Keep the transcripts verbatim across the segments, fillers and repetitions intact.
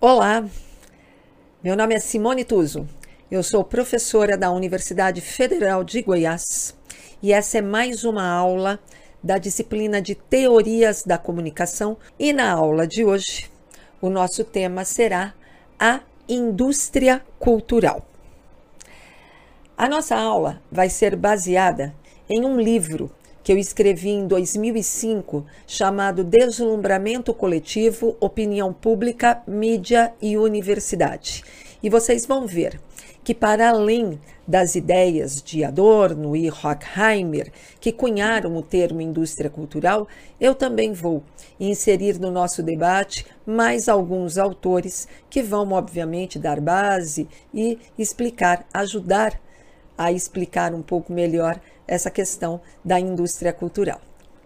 Olá, meu nome é Simone Tuso, eu sou professora da Universidade Federal de Goiás e essa é mais uma aula da disciplina de Teorias da Comunicação e na aula de hoje o nosso tema será a indústria cultural. A nossa aula vai ser baseada em um livro que eu escrevi em dois mil e cinco, chamado Deslumbramento Coletivo, Opinião Pública, Mídia e Universidade. E vocês vão ver que, para além das ideias de Adorno e Horkheimer, que cunharam o termo indústria cultural, eu também vou inserir no nosso debate mais alguns autores que vão, obviamente, dar base e explicar, ajudar a explicar um pouco melhor essa questão da indústria cultural.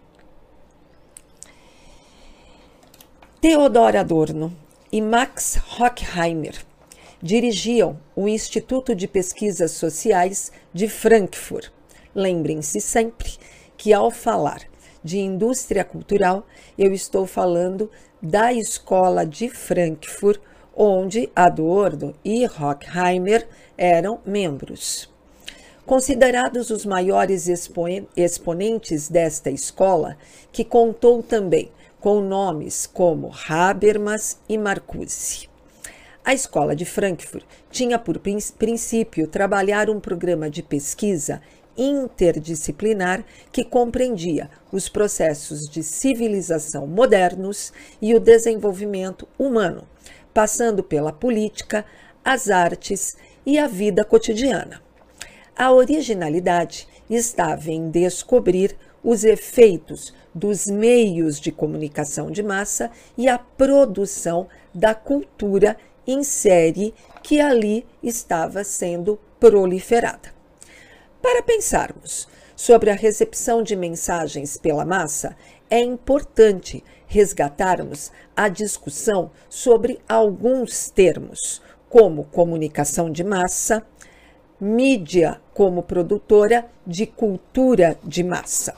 Theodor Adorno e Max Horkheimer dirigiam o Instituto de Pesquisas Sociais de Frankfurt. Lembrem-se sempre que, ao falar de indústria cultural, eu estou falando da Escola de Frankfurt, onde Adorno e Horkheimer eram membros. Considerados os maiores exponentes desta escola, que contou também com nomes como Habermas e Marcuse. A Escola de Frankfurt tinha por princípio trabalhar um programa de pesquisa interdisciplinar que compreendia os processos de civilização modernos e o desenvolvimento humano, passando pela política, as artes e a vida cotidiana. A originalidade estava em descobrir os efeitos dos meios de comunicação de massa e a produção da cultura em série que ali estava sendo proliferada. Para pensarmos sobre a recepção de mensagens pela massa, é importante resgatarmos a discussão sobre alguns termos, como comunicação de massa, mídia como produtora de cultura de massa.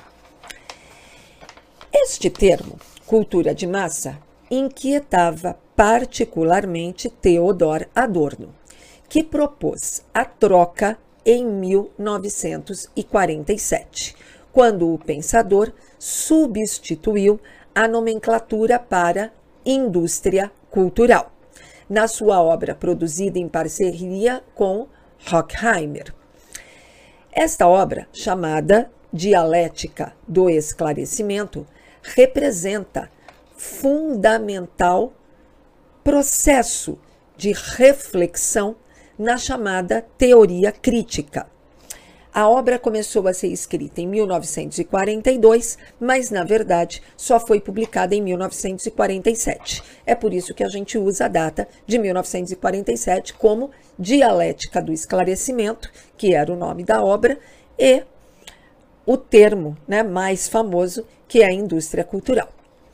Este termo, cultura de massa, inquietava particularmente Theodor Adorno, que propôs a troca em mil novecentos e quarenta e sete, quando o pensador substituiu a nomenclatura para indústria cultural, na sua obra produzida em parceria com Horkheimer. Esta obra, chamada Dialética do Esclarecimento, representa fundamental processo de reflexão na chamada teoria crítica. A obra começou a ser escrita em mil novecentos e quarenta e dois, mas, na verdade, só foi publicada em mil novecentos e quarenta e sete. É por isso que a gente usa a data de mil novecentos e quarenta e sete como Dialética do Esclarecimento, que era o nome da obra, e o termo, né, mais famoso, que é a indústria cultural.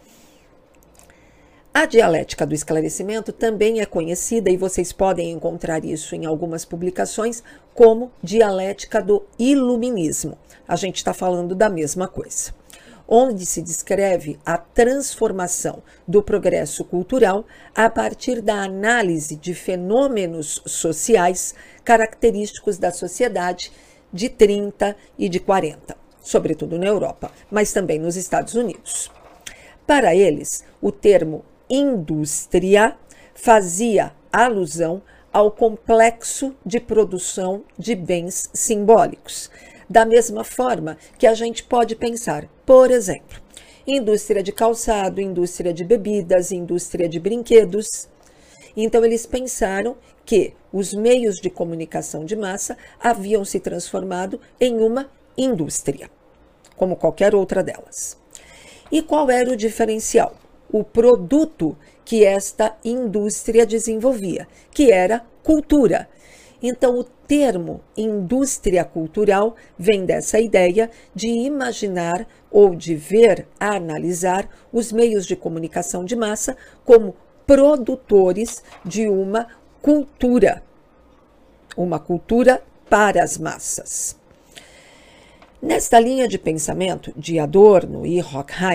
A dialética do esclarecimento também é conhecida, e vocês podem encontrar isso em algumas publicações, como dialética do iluminismo. A gente está falando da mesma coisa, onde se descreve a transformação do progresso cultural a partir da análise de fenômenos sociais característicos da sociedade de trinta e de quarenta, sobretudo na Europa, mas também nos Estados Unidos. Para eles, o termo indústria fazia alusão ao complexo de produção de bens simbólicos. Da mesma forma que a gente pode pensar, por exemplo, indústria de calçado, indústria de bebidas, indústria de brinquedos. Então, eles pensaram que os meios de comunicação de massa haviam se transformado em uma indústria, como qualquer outra delas. E qual era o diferencial? O produto que esta indústria desenvolvia, que era cultura. Então, o termo indústria cultural vem dessa ideia de imaginar ou de ver, analisar os meios de comunicação de massa como produtores de uma cultura, uma cultura para as massas. Nesta linha de pensamento de Adorno e Horkheimer,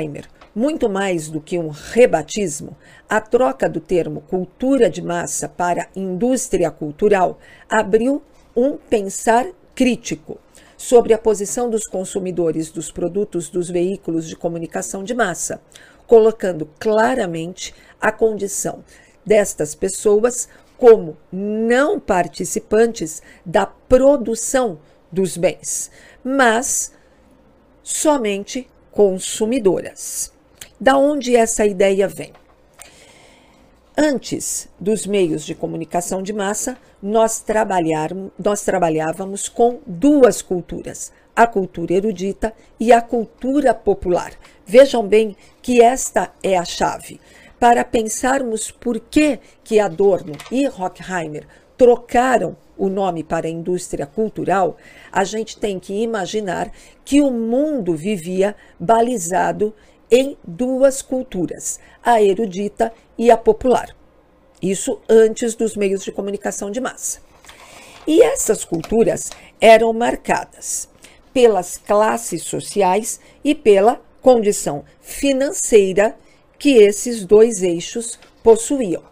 muito mais do que um rebatismo, a troca do termo cultura de massa para indústria cultural abriu um pensar crítico sobre a posição dos consumidores dos produtos dos veículos de comunicação de massa, colocando claramente a condição destas pessoas como não participantes da produção dos bens, mas somente consumidoras. Da onde essa ideia vem? Antes dos meios de comunicação de massa, nós, nós trabalhávamos com duas culturas, a cultura erudita e a cultura popular. Vejam bem que esta é a chave. Para pensarmos por que, que Adorno e Horkheimer trocaram o nome para a indústria cultural, a gente tem que imaginar que o mundo vivia balizado em duas culturas, a erudita e a popular. Isso antes dos meios de comunicação de massa. E essas culturas eram marcadas pelas classes sociais e pela condição financeira que esses dois eixos possuíam.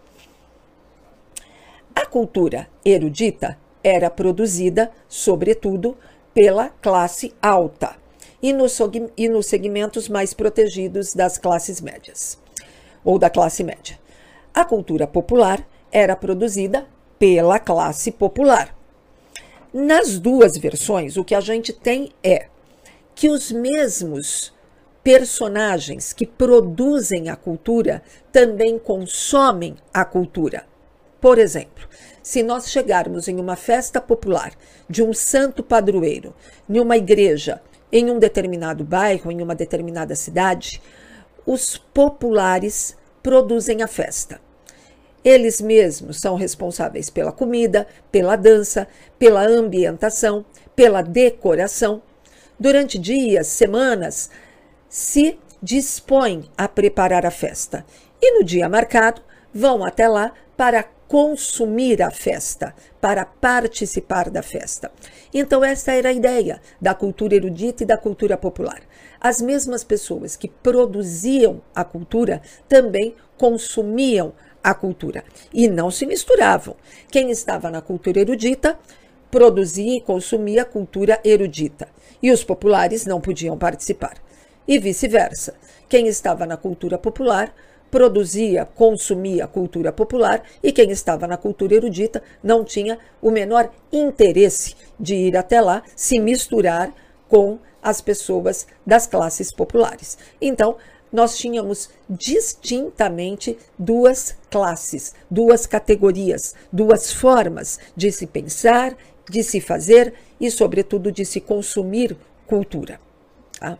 A cultura erudita era produzida, sobretudo, pela classe alta e nos, e nos segmentos mais protegidos das classes médias, ou da classe média. A cultura popular era produzida pela classe popular. Nas duas versões, o que a gente tem é que os mesmos personagens que produzem a cultura também consomem a cultura. Por exemplo, se nós chegarmos em uma festa popular de um santo padroeiro, em uma igreja, em um determinado bairro, em uma determinada cidade, os populares produzem a festa. Eles mesmos são responsáveis pela comida, pela dança, pela ambientação, pela decoração. Durante dias, semanas, se dispõem a preparar a festa. E no dia marcado, vão até lá para consumir a festa, para participar da festa. Então, essa era a ideia da cultura erudita e da cultura popular. As mesmas pessoas que produziam a cultura também consumiam a cultura e não se misturavam. Quem estava na cultura erudita produzia e consumia a cultura erudita e os populares não podiam participar. E vice-versa. Quem estava na cultura popular produzia, consumia a cultura popular e quem estava na cultura erudita não tinha o menor interesse de ir até lá, se misturar com as pessoas das classes populares. Então, nós tínhamos distintamente duas classes, duas categorias, duas formas de se pensar, de se fazer e, sobretudo, de se consumir cultura. Tá?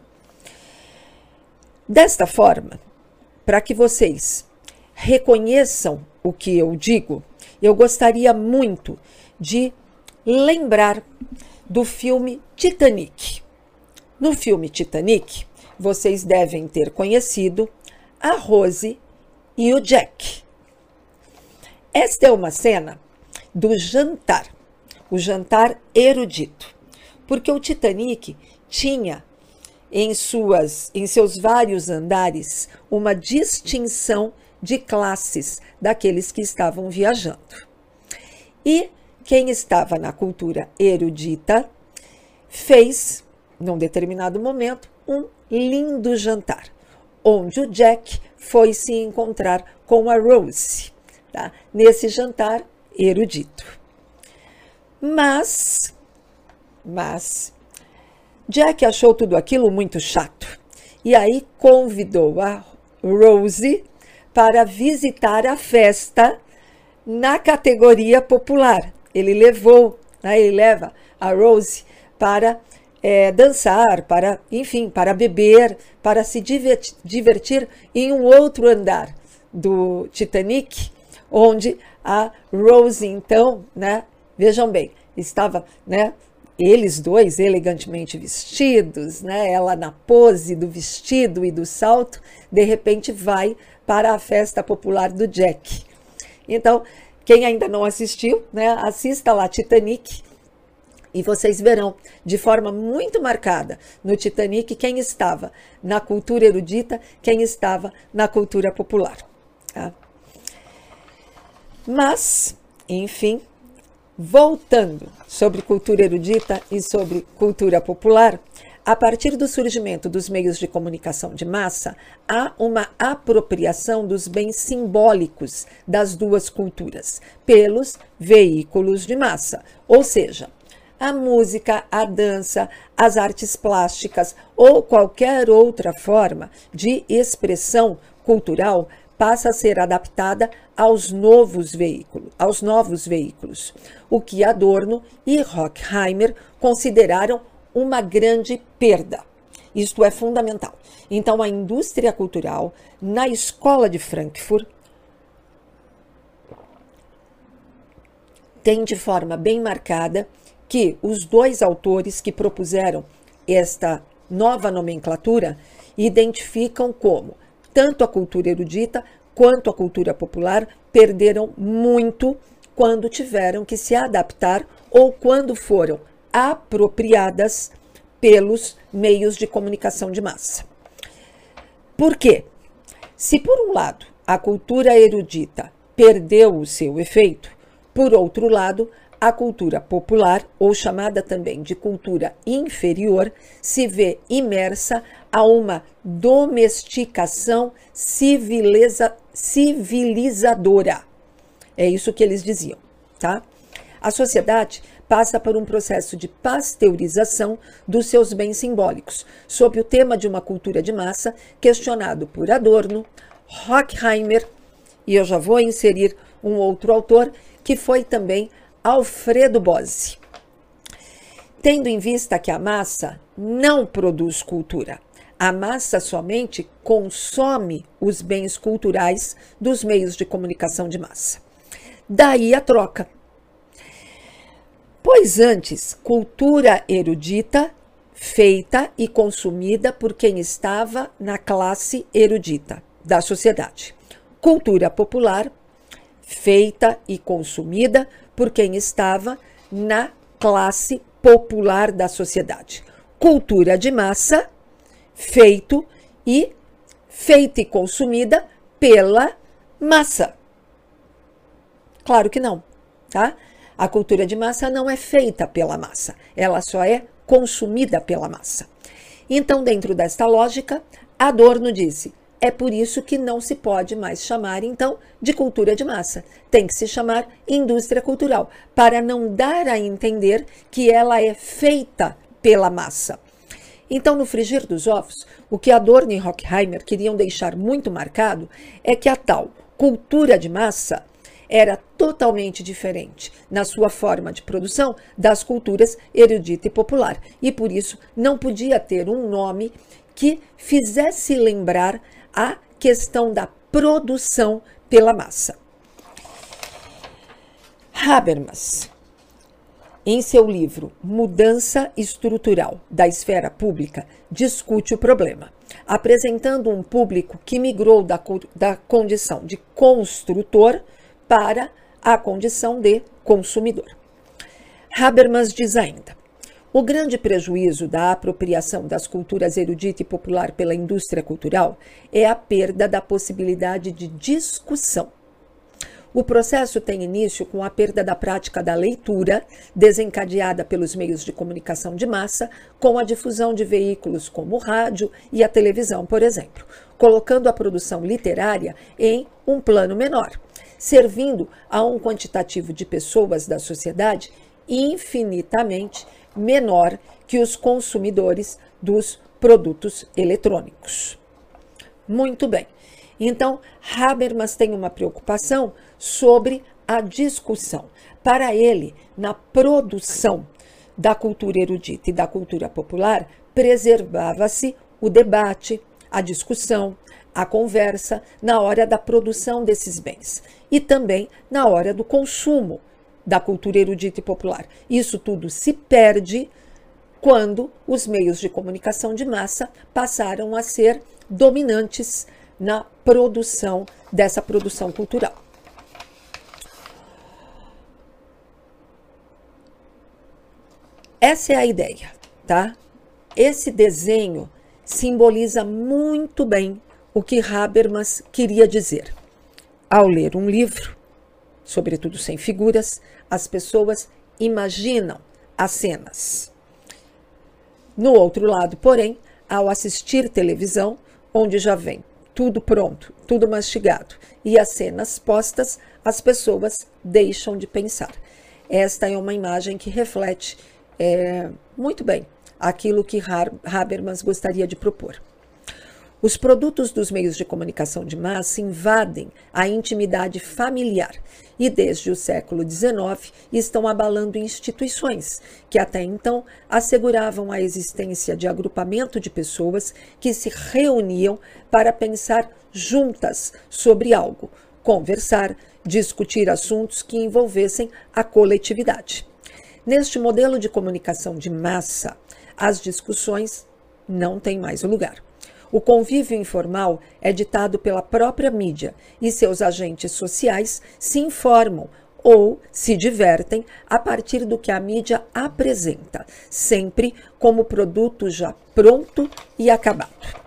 Desta forma, para que vocês reconheçam o que eu digo, eu gostaria muito de lembrar do filme Titanic. No filme Titanic, vocês devem ter conhecido a Rose e o Jack. Esta é uma cena do jantar, o jantar erudito, porque o Titanic tinha em, suas, em seus vários andares uma distinção de classes daqueles que estavam viajando. E quem estava na cultura erudita fez, num determinado momento, um lindo jantar, onde o Jack foi se encontrar com a Rose, tá? Nesse jantar erudito. Mas, mas, Jack achou tudo aquilo muito chato e aí convidou a Rose para visitar a festa na categoria popular. Ele levou, né, ele leva a Rose para é, dançar, para, enfim, para beber, para se divertir, divertir em um outro andar do Titanic, onde a Rose, então, né, vejam bem, estava, né, eles dois elegantemente vestidos, né, ela na pose do vestido e do salto, de repente vai para a festa popular do Jack. Então, quem ainda não assistiu, né, assista lá Titanic E vocês verão de forma muito marcada no Titanic quem estava na cultura erudita, quem estava na cultura popular. Tá? Mas, enfim, voltando sobre cultura erudita e sobre cultura popular, a partir do surgimento dos meios de comunicação de massa, há uma apropriação dos bens simbólicos das duas culturas pelos veículos de massa, ou seja, a música, a dança, as artes plásticas ou qualquer outra forma de expressão cultural passa a ser adaptada aos novos veículos, aos novos veículos, o que Adorno e Horkheimer consideraram uma grande perda. Isto é fundamental. Então, a indústria cultural, na escola de Frankfurt, tem de forma bem marcada que os dois autores que propuseram esta nova nomenclatura identificam como tanto a cultura erudita quanto a cultura popular perderam muito quando tiveram que se adaptar ou quando foram apropriadas pelos meios de comunicação de massa. Por quê? Se por um lado a cultura erudita perdeu o seu efeito, por outro lado, a cultura popular, ou chamada também de cultura inferior, se vê imersa a uma domesticação civiliza, civilizadora. É isso que eles diziam, tá? A sociedade passa por um processo de pasteurização dos seus bens simbólicos, sob o tema de uma cultura de massa, questionado por Adorno, Horkheimer, e eu já vou inserir um outro autor, que foi também Alfredo Bose. Tendo em vista que a massa não produz cultura, a massa somente consome os bens culturais dos meios de comunicação de massa. Daí a troca. Pois antes, cultura erudita feita e consumida por quem estava na classe erudita da sociedade. Cultura popular feita e consumida por quem estava na classe popular da sociedade. Cultura de massa, feito e feita e consumida pela massa. Claro que não, tá? A cultura de massa não é feita pela massa, ela só é consumida pela massa. Então, dentro desta lógica, Adorno disse: é por isso que não se pode mais chamar, então, de cultura de massa. Tem que se chamar indústria cultural, para não dar a entender que ela é feita pela massa. Então, no frigir dos ovos, o que Adorno e Horkheimer queriam deixar muito marcado é que a tal cultura de massa era totalmente diferente na sua forma de produção das culturas erudita e popular. E, por isso, não podia ter um nome que fizesse lembrar a questão da produção pela massa. Habermas, em seu livro Mudança Estrutural da Esfera Pública, discute o problema, apresentando um público que migrou da, da condição de construtor para a condição de consumidor. Habermas diz ainda: o grande prejuízo da apropriação das culturas erudita e popular pela indústria cultural é a perda da possibilidade de discussão. O processo tem início com a perda da prática da leitura, desencadeada pelos meios de comunicação de massa, com a difusão de veículos como o rádio e a televisão, por exemplo, colocando a produção literária em um plano menor, servindo a um quantitativo de pessoas da sociedade infinitamente menor que os consumidores dos produtos eletrônicos. Muito bem. Então, Habermas tem uma preocupação sobre a discussão. Para ele, na produção da cultura erudita e da cultura popular, preservava-se o debate, a discussão, a conversa na hora da produção desses bens e também na hora do consumo da cultura erudita e popular. Isso tudo se perde quando os meios de comunicação de massa passaram a ser dominantes na produção dessa produção cultural. Essa é a ideia, tá? Esse desenho simboliza muito bem o que Habermas queria dizer. Ao ler um livro, sobretudo sem figuras, as pessoas imaginam as cenas. No outro lado, porém, ao assistir televisão, onde já vem tudo pronto, tudo mastigado, e as cenas postas, as pessoas deixam de pensar. Esta é uma imagem que reflete é, muito bem aquilo que Habermas gostaria de propor. Os produtos dos meios de comunicação de massa invadem a intimidade familiar e, desde o século dezenove, estão abalando instituições que até então asseguravam a existência de agrupamento de pessoas que se reuniam para pensar juntas sobre algo, conversar, discutir assuntos que envolvessem a coletividade. Neste modelo de comunicação de massa, as discussões não têm mais lugar. O convívio informal é ditado pela própria mídia e seus agentes sociais se informam ou se divertem a partir do que a mídia apresenta, sempre como produto já pronto e acabado.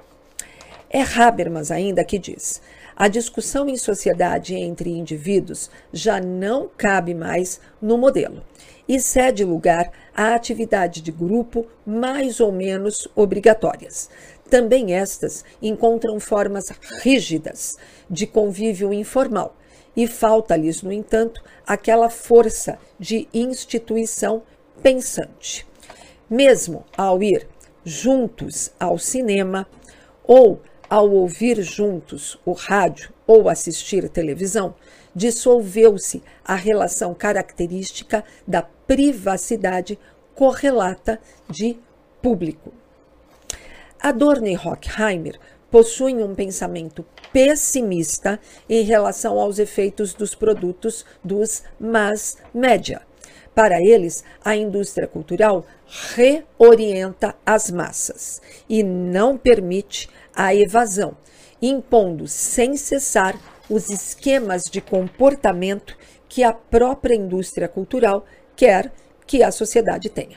É Habermas ainda que diz: a discussão em sociedade entre indivíduos já não cabe mais no modelo e cede lugar à atividade de grupo mais ou menos obrigatórias. Também estas encontram formas rígidas de convívio informal e falta-lhes, no entanto, aquela força de instituição pensante. Mesmo ao ir juntos ao cinema ou ao ouvir juntos o rádio ou assistir televisão, dissolveu-se a relação característica da privacidade correlata de público. Adorno e Horkheimer possuem um pensamento pessimista em relação aos efeitos dos produtos dos mass media. Para eles, a indústria cultural reorienta as massas e não permite a evasão, impondo sem cessar os esquemas de comportamento que a própria indústria cultural quer que a sociedade tenha.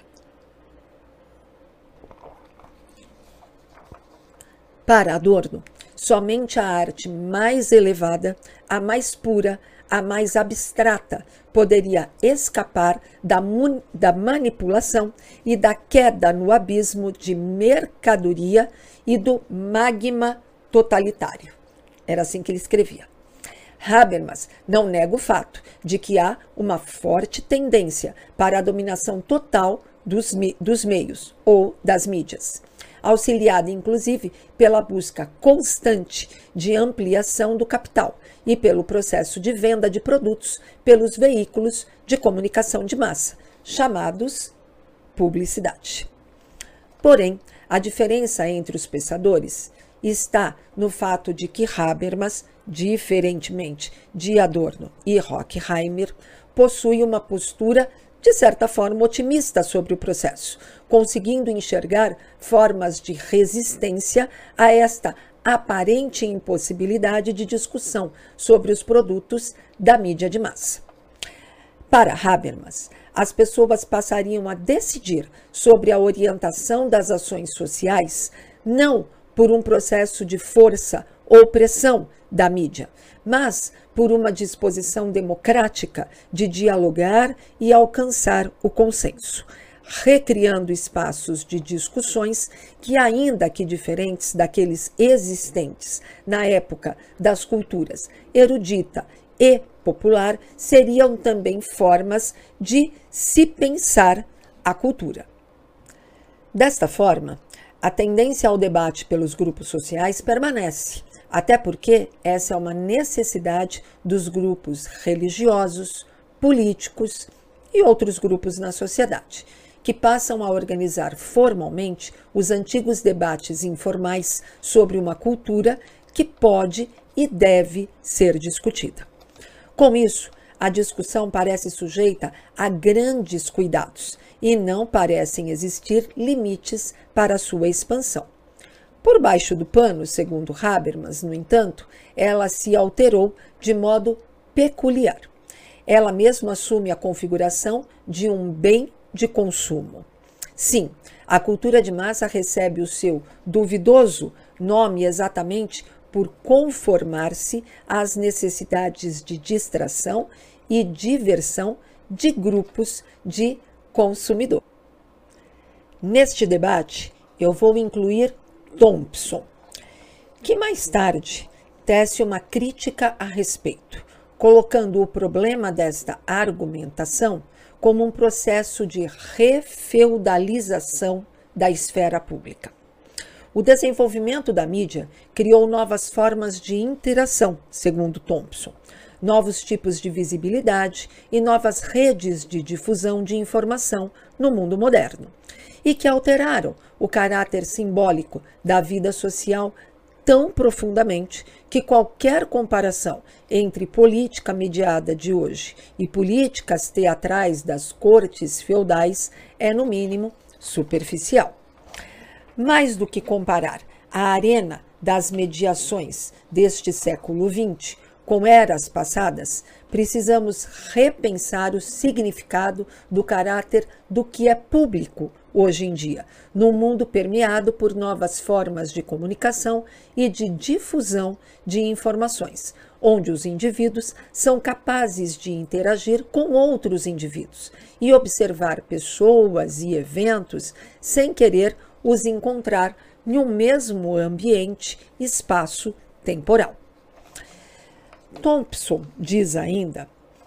Para Adorno, somente a arte mais elevada, a mais pura, a mais abstrata, poderia escapar da, da manipulação e da queda no abismo de mercadoria e do magma totalitário. Era assim que ele escrevia. Habermas não nega o fato de que há uma forte tendência para a dominação total dos, dos meios ou das mídias, auxiliada inclusive pela busca constante de ampliação do capital e pelo processo de venda de produtos pelos veículos de comunicação de massa, chamados publicidade. Porém, a diferença entre os pensadores está no fato de que Habermas, diferentemente de Adorno e Horkheimer, possui uma postura de certa forma otimista sobre o processo, conseguindo enxergar formas de resistência a esta aparente impossibilidade de discussão sobre os produtos da mídia de massa. Para Habermas, as pessoas passariam a decidir sobre a orientação das ações sociais não por um processo de força ou pressão da mídia, mas por uma disposição democrática de dialogar e alcançar o consenso, recriando espaços de discussões que, ainda que diferentes daqueles existentes na época das culturas erudita e popular, seriam também formas de se pensar a cultura. Desta forma, a tendência ao debate pelos grupos sociais permanece, até porque essa é uma necessidade dos grupos religiosos, políticos e outros grupos na sociedade, que passam a organizar formalmente os antigos debates informais sobre uma cultura que pode e deve ser discutida. Com isso, a discussão parece sujeita a grandes cuidados e não parecem existir limites para sua expansão. Por baixo do pano, segundo Habermas, no entanto, ela se alterou de modo peculiar. Ela mesma assume a configuração de um bem de consumo. Sim, a cultura de massa recebe o seu duvidoso nome exatamente por conformar-se às necessidades de distração e diversão de grupos de consumidores. Neste debate, eu vou incluir Thompson, que mais tarde tece uma crítica a respeito, colocando o problema desta argumentação como um processo de refeudalização da esfera pública. O desenvolvimento da mídia criou novas formas de interação, segundo Thompson, novos tipos de visibilidade e novas redes de difusão de informação no mundo moderno, e que alteraram o caráter simbólico da vida social tão profundamente que qualquer comparação entre política mediada de hoje e políticas teatrais das cortes feudais é, no mínimo, superficial. Mais do que comparar a arena das mediações deste século vinte com eras passadas, precisamos repensar o significado do caráter do que é público hoje em dia, num mundo permeado por novas formas de comunicação e de difusão de informações, onde os indivíduos são capazes de interagir com outros indivíduos e observar pessoas e eventos sem querer os encontrar em um mesmo ambiente, espaço temporal. Thompson diz ainda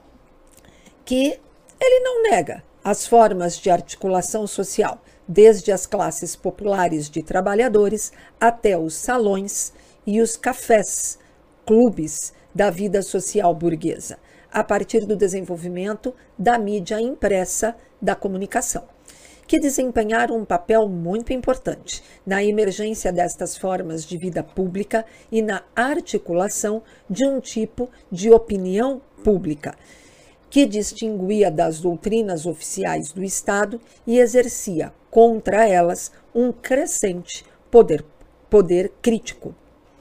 que ele não nega as formas de articulação social, desde as classes populares de trabalhadores até os salões e os cafés, clubes da vida social burguesa, a partir do desenvolvimento da mídia impressa da comunicação, que desempenharam um papel muito importante na emergência destas formas de vida pública e na articulação de um tipo de opinião pública, que distinguia das doutrinas oficiais do Estado e exercia contra elas um crescente poder, poder crítico.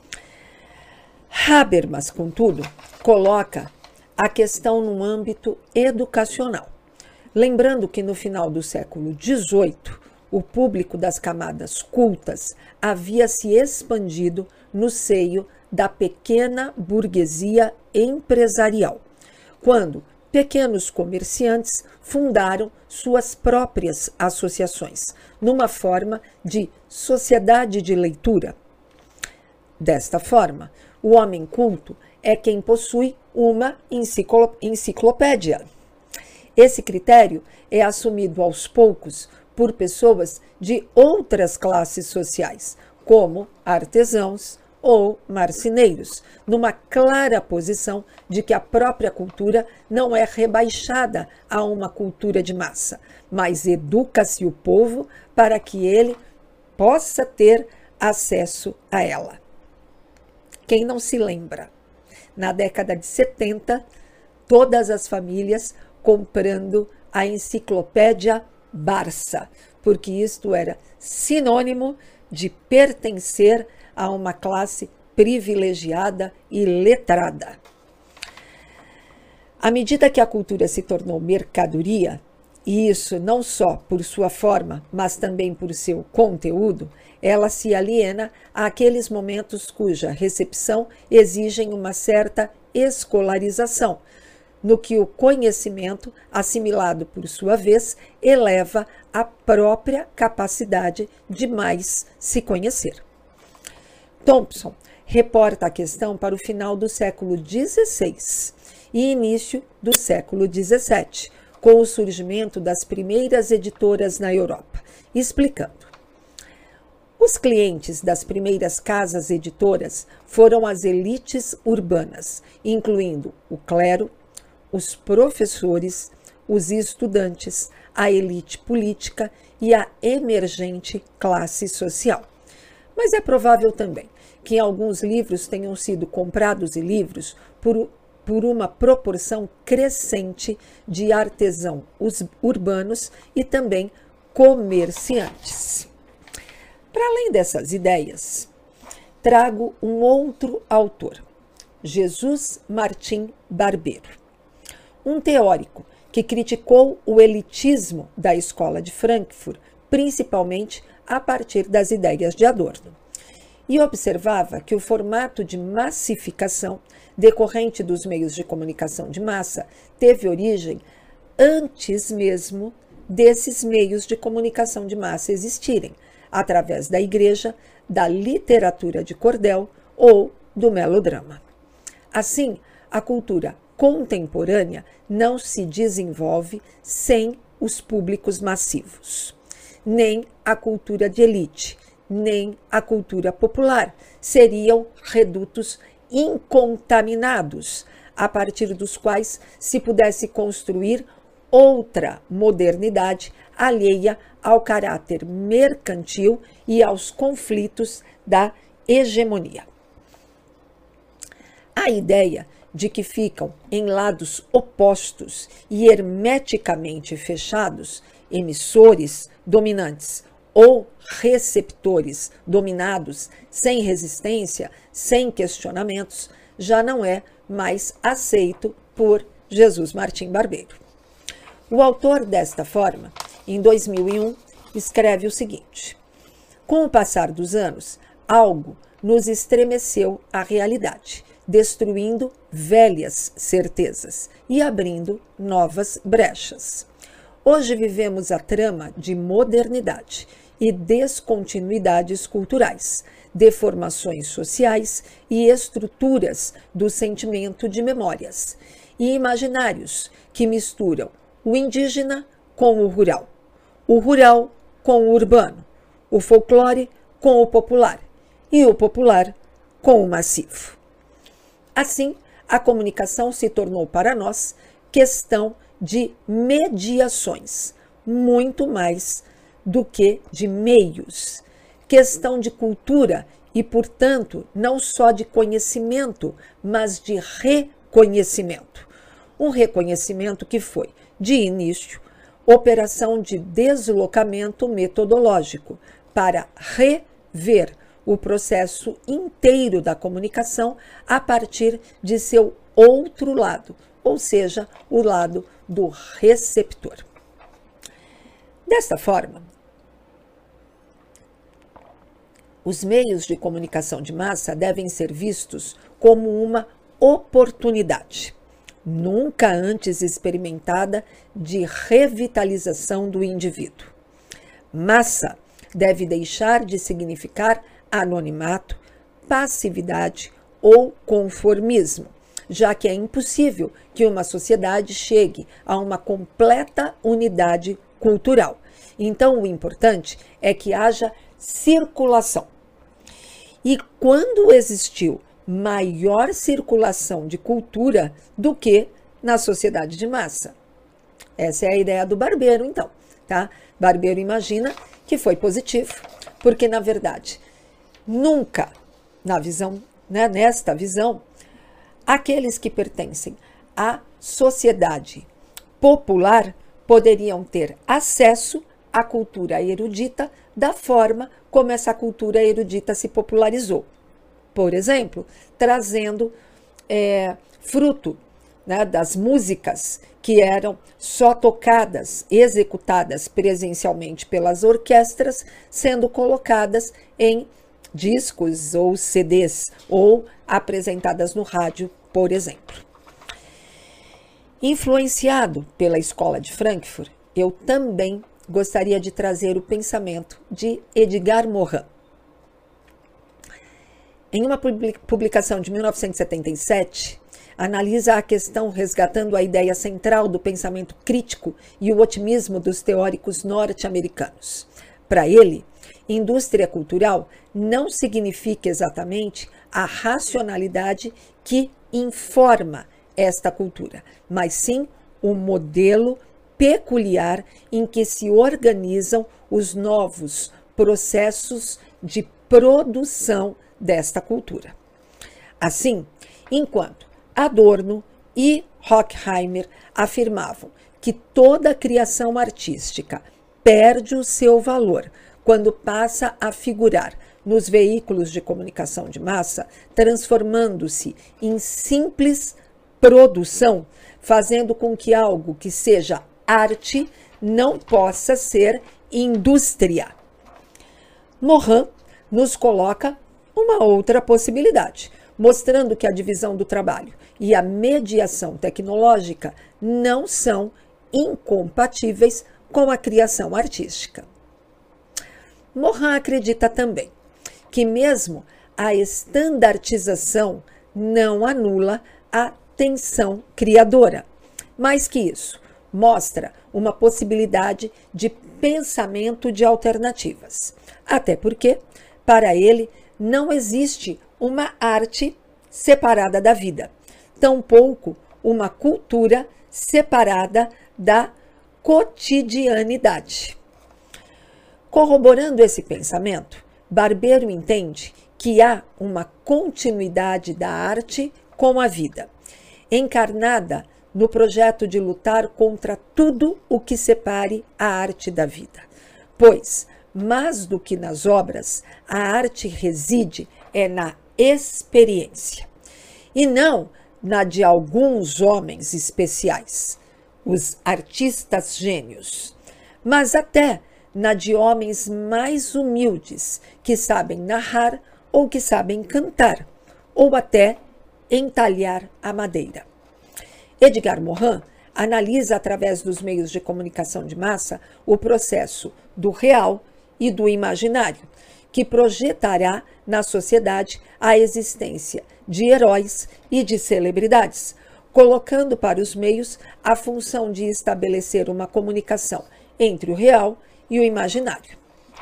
Habermas, contudo, coloca a questão no âmbito educacional, lembrando que no final do século dezoito, o público das camadas cultas havia se expandido no seio da pequena burguesia empresarial, quando pequenos comerciantes fundaram suas próprias associações, numa forma de sociedade de leitura. Desta forma, o homem culto é quem possui uma enciclopédia. Esse critério é assumido aos poucos por pessoas de outras classes sociais, como artesãos ou marceneiros, numa clara posição de que a própria cultura não é rebaixada a uma cultura de massa, mas educa-se o povo para que ele possa ter acesso a ela. Quem não se lembra? Na década de setenta, todas as famílias comprando a enciclopédia Barça, porque isto era sinônimo de pertencer a uma classe privilegiada e letrada. À medida que a cultura se tornou mercadoria, e isso não só por sua forma, mas também por seu conteúdo, ela se aliena àqueles momentos cuja recepção exigem uma certa escolarização, no que o conhecimento, assimilado por sua vez, eleva a própria capacidade de mais se conhecer. Thompson reporta a questão para o final do século dezesseis e início do século dezessete, com o surgimento das primeiras editoras na Europa, explicando: os clientes das primeiras casas editoras foram as elites urbanas, incluindo o clero, os professores, os estudantes, a elite política e a emergente classe social. Mas é provável também que alguns livros tenham sido comprados e livros por, por uma proporção crescente de artesãos urbanos e também comerciantes. Para além dessas ideias, trago um outro autor, Jesus Martim Barbeiro, um teórico que criticou o elitismo da escola de Frankfurt principalmente a partir das ideias de Adorno. E observava que o formato de massificação decorrente dos meios de comunicação de massa teve origem antes mesmo desses meios de comunicação de massa existirem, através da igreja, da literatura de cordel ou do melodrama. Assim, a cultura contemporânea não se desenvolve sem os públicos massivos, nem a cultura de elite, nem a cultura popular seriam redutos incontaminados, a partir dos quais se pudesse construir outra modernidade alheia ao caráter mercantil e aos conflitos da hegemonia. A ideia de que ficam em lados opostos e hermeticamente fechados, emissores dominantes ou receptores dominados sem resistência, sem questionamentos, já não é mais aceito por Jesus Martim Barbeiro. O autor, desta forma, em dois mil e um, escreve o seguinte: com o passar dos anos, algo nos estremeceu a realidade, destruindo velhas certezas e abrindo novas brechas. Hoje vivemos a trama de modernidade e descontinuidades culturais, deformações sociais e estruturas do sentimento de memórias, e imaginários que misturam o indígena com o rural, o rural com o urbano, o folclore com o popular e o popular com o massivo. Assim, a comunicação se tornou para nós questão de mediações, muito mais do que de meios, questão de cultura e, portanto, não só de conhecimento, mas de reconhecimento. Um reconhecimento que foi, de início, operação de deslocamento metodológico para rever o processo inteiro da comunicação a partir de seu outro lado, ou seja, o lado do receptor. Desta forma, os meios de comunicação de massa devem ser vistos como uma oportunidade, nunca antes experimentada, de revitalização do indivíduo. Massa deve deixar de significar anonimato, passividade ou conformismo, já que é impossível que uma sociedade chegue a uma completa unidade cultural. Então, o importante é que haja circulação. E quando existiu maior circulação de cultura do que na sociedade de massa? Essa é a ideia do Barbeiro, então, tá? Barbeiro imagina que foi positivo, porque, na verdade, nunca, na visão, né, nesta visão, aqueles que pertencem à sociedade popular poderiam ter acesso à cultura erudita da forma como essa cultura erudita se popularizou. Por exemplo, trazendo é, fruto, né, das músicas que eram só tocadas, executadas presencialmente pelas orquestras, sendo colocadas em discos ou C Ds, ou apresentadas no rádio, por exemplo. Influenciado pela Escola de Frankfurt, eu também gostaria de trazer o pensamento de Edgar Morin. Em uma publicação de mil novecentos e setenta e sete, analisa a questão resgatando a ideia central do pensamento crítico e o otimismo dos teóricos norte-americanos. Para ele, indústria cultural não significa exatamente a racionalidade que informa esta cultura, mas sim o modelo peculiar em que se organizam os novos processos de produção desta cultura. Assim, enquanto Adorno e Horkheimer afirmavam que toda criação artística perde o seu valor quando passa a figurar nos veículos de comunicação de massa, transformando-se em simples produção, fazendo com que algo que seja arte não possa ser indústria. Morin nos coloca uma outra possibilidade, mostrando que a divisão do trabalho e a mediação tecnológica não são incompatíveis com a criação artística. Morin acredita também que mesmo a estandartização não anula a tensão criadora. Mais que isso, mostra uma possibilidade de pensamento de alternativas. Até porque, para ele, não existe uma arte separada da vida, tampouco uma cultura separada da cotidianidade. Corroborando esse pensamento, Barbero entende que há uma continuidade da arte com a vida, encarnada no projeto de lutar contra tudo o que separe a arte da vida. Pois, mais do que nas obras, a arte reside é na experiência, e não na de alguns homens especiais, os artistas gênios, mas até na de homens mais humildes, que sabem narrar ou que sabem cantar, ou até entalhar a madeira. Edgar Morin analisa através dos meios de comunicação de massa o processo do real e do imaginário, que projetará na sociedade a existência de heróis e de celebridades, colocando para os meios a função de estabelecer uma comunicação entre o real e o imaginário.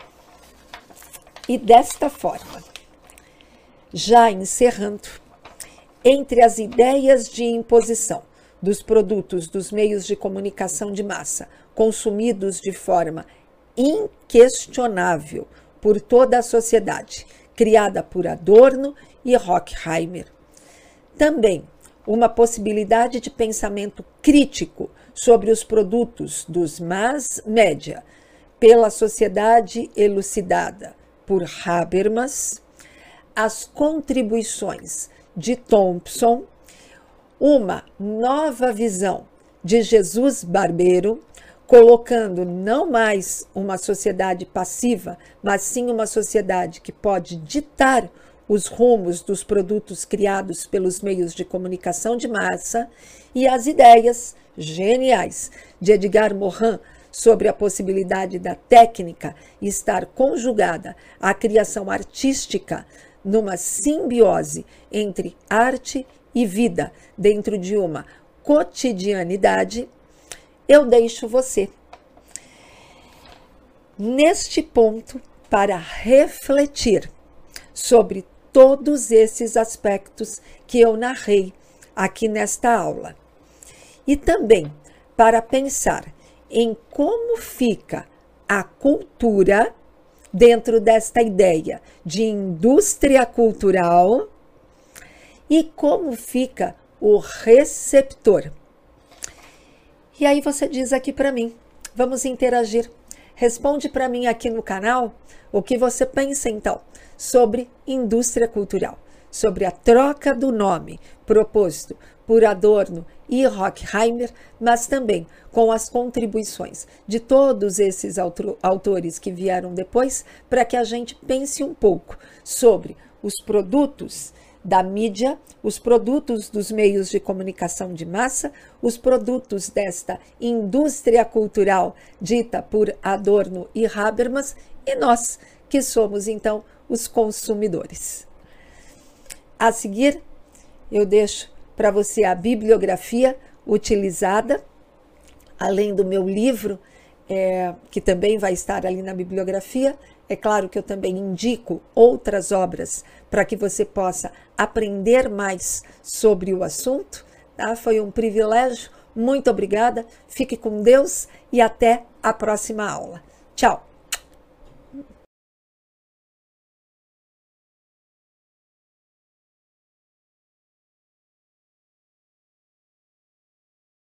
E desta forma, já encerrando, entre as ideias de imposição dos produtos dos meios de comunicação de massa, consumidos de forma inquestionável por toda a sociedade, criada por Adorno e Horkheimer. Também uma possibilidade de pensamento crítico sobre os produtos dos mass media pela sociedade elucidada por Habermas, as contribuições de Thompson, uma nova visão de Jesus Barbero, colocando não mais uma sociedade passiva, mas sim uma sociedade que pode ditar os rumos dos produtos criados pelos meios de comunicação de massa, e as ideias geniais de Edgar Morin sobre a possibilidade da técnica estar conjugada à criação artística numa simbiose entre arte e vida dentro de uma cotidianidade, eu deixo você neste ponto para refletir sobre todos esses aspectos que eu narrei aqui nesta aula. E também para pensar em como fica a cultura dentro desta ideia de indústria cultural e como fica o receptor. E aí você diz aqui para mim, vamos interagir. Responde para mim aqui no canal o que você pensa então sobre indústria cultural, sobre a troca do nome proposto por Adorno e Horkheimer, mas também com as contribuições de todos esses autores que vieram depois, para que a gente pense um pouco sobre os produtos da mídia, os produtos dos meios de comunicação de massa, os produtos desta indústria cultural dita por Adorno e Habermas, e nós, que somos então os consumidores. A seguir, eu deixo para você a bibliografia utilizada, além do meu livro, é, que também vai estar ali na bibliografia. É claro que eu também indico outras obras para que você possa aprender mais sobre o assunto. Tá? Foi um privilégio. Muito obrigada. Fique com Deus e até a próxima aula. Tchau!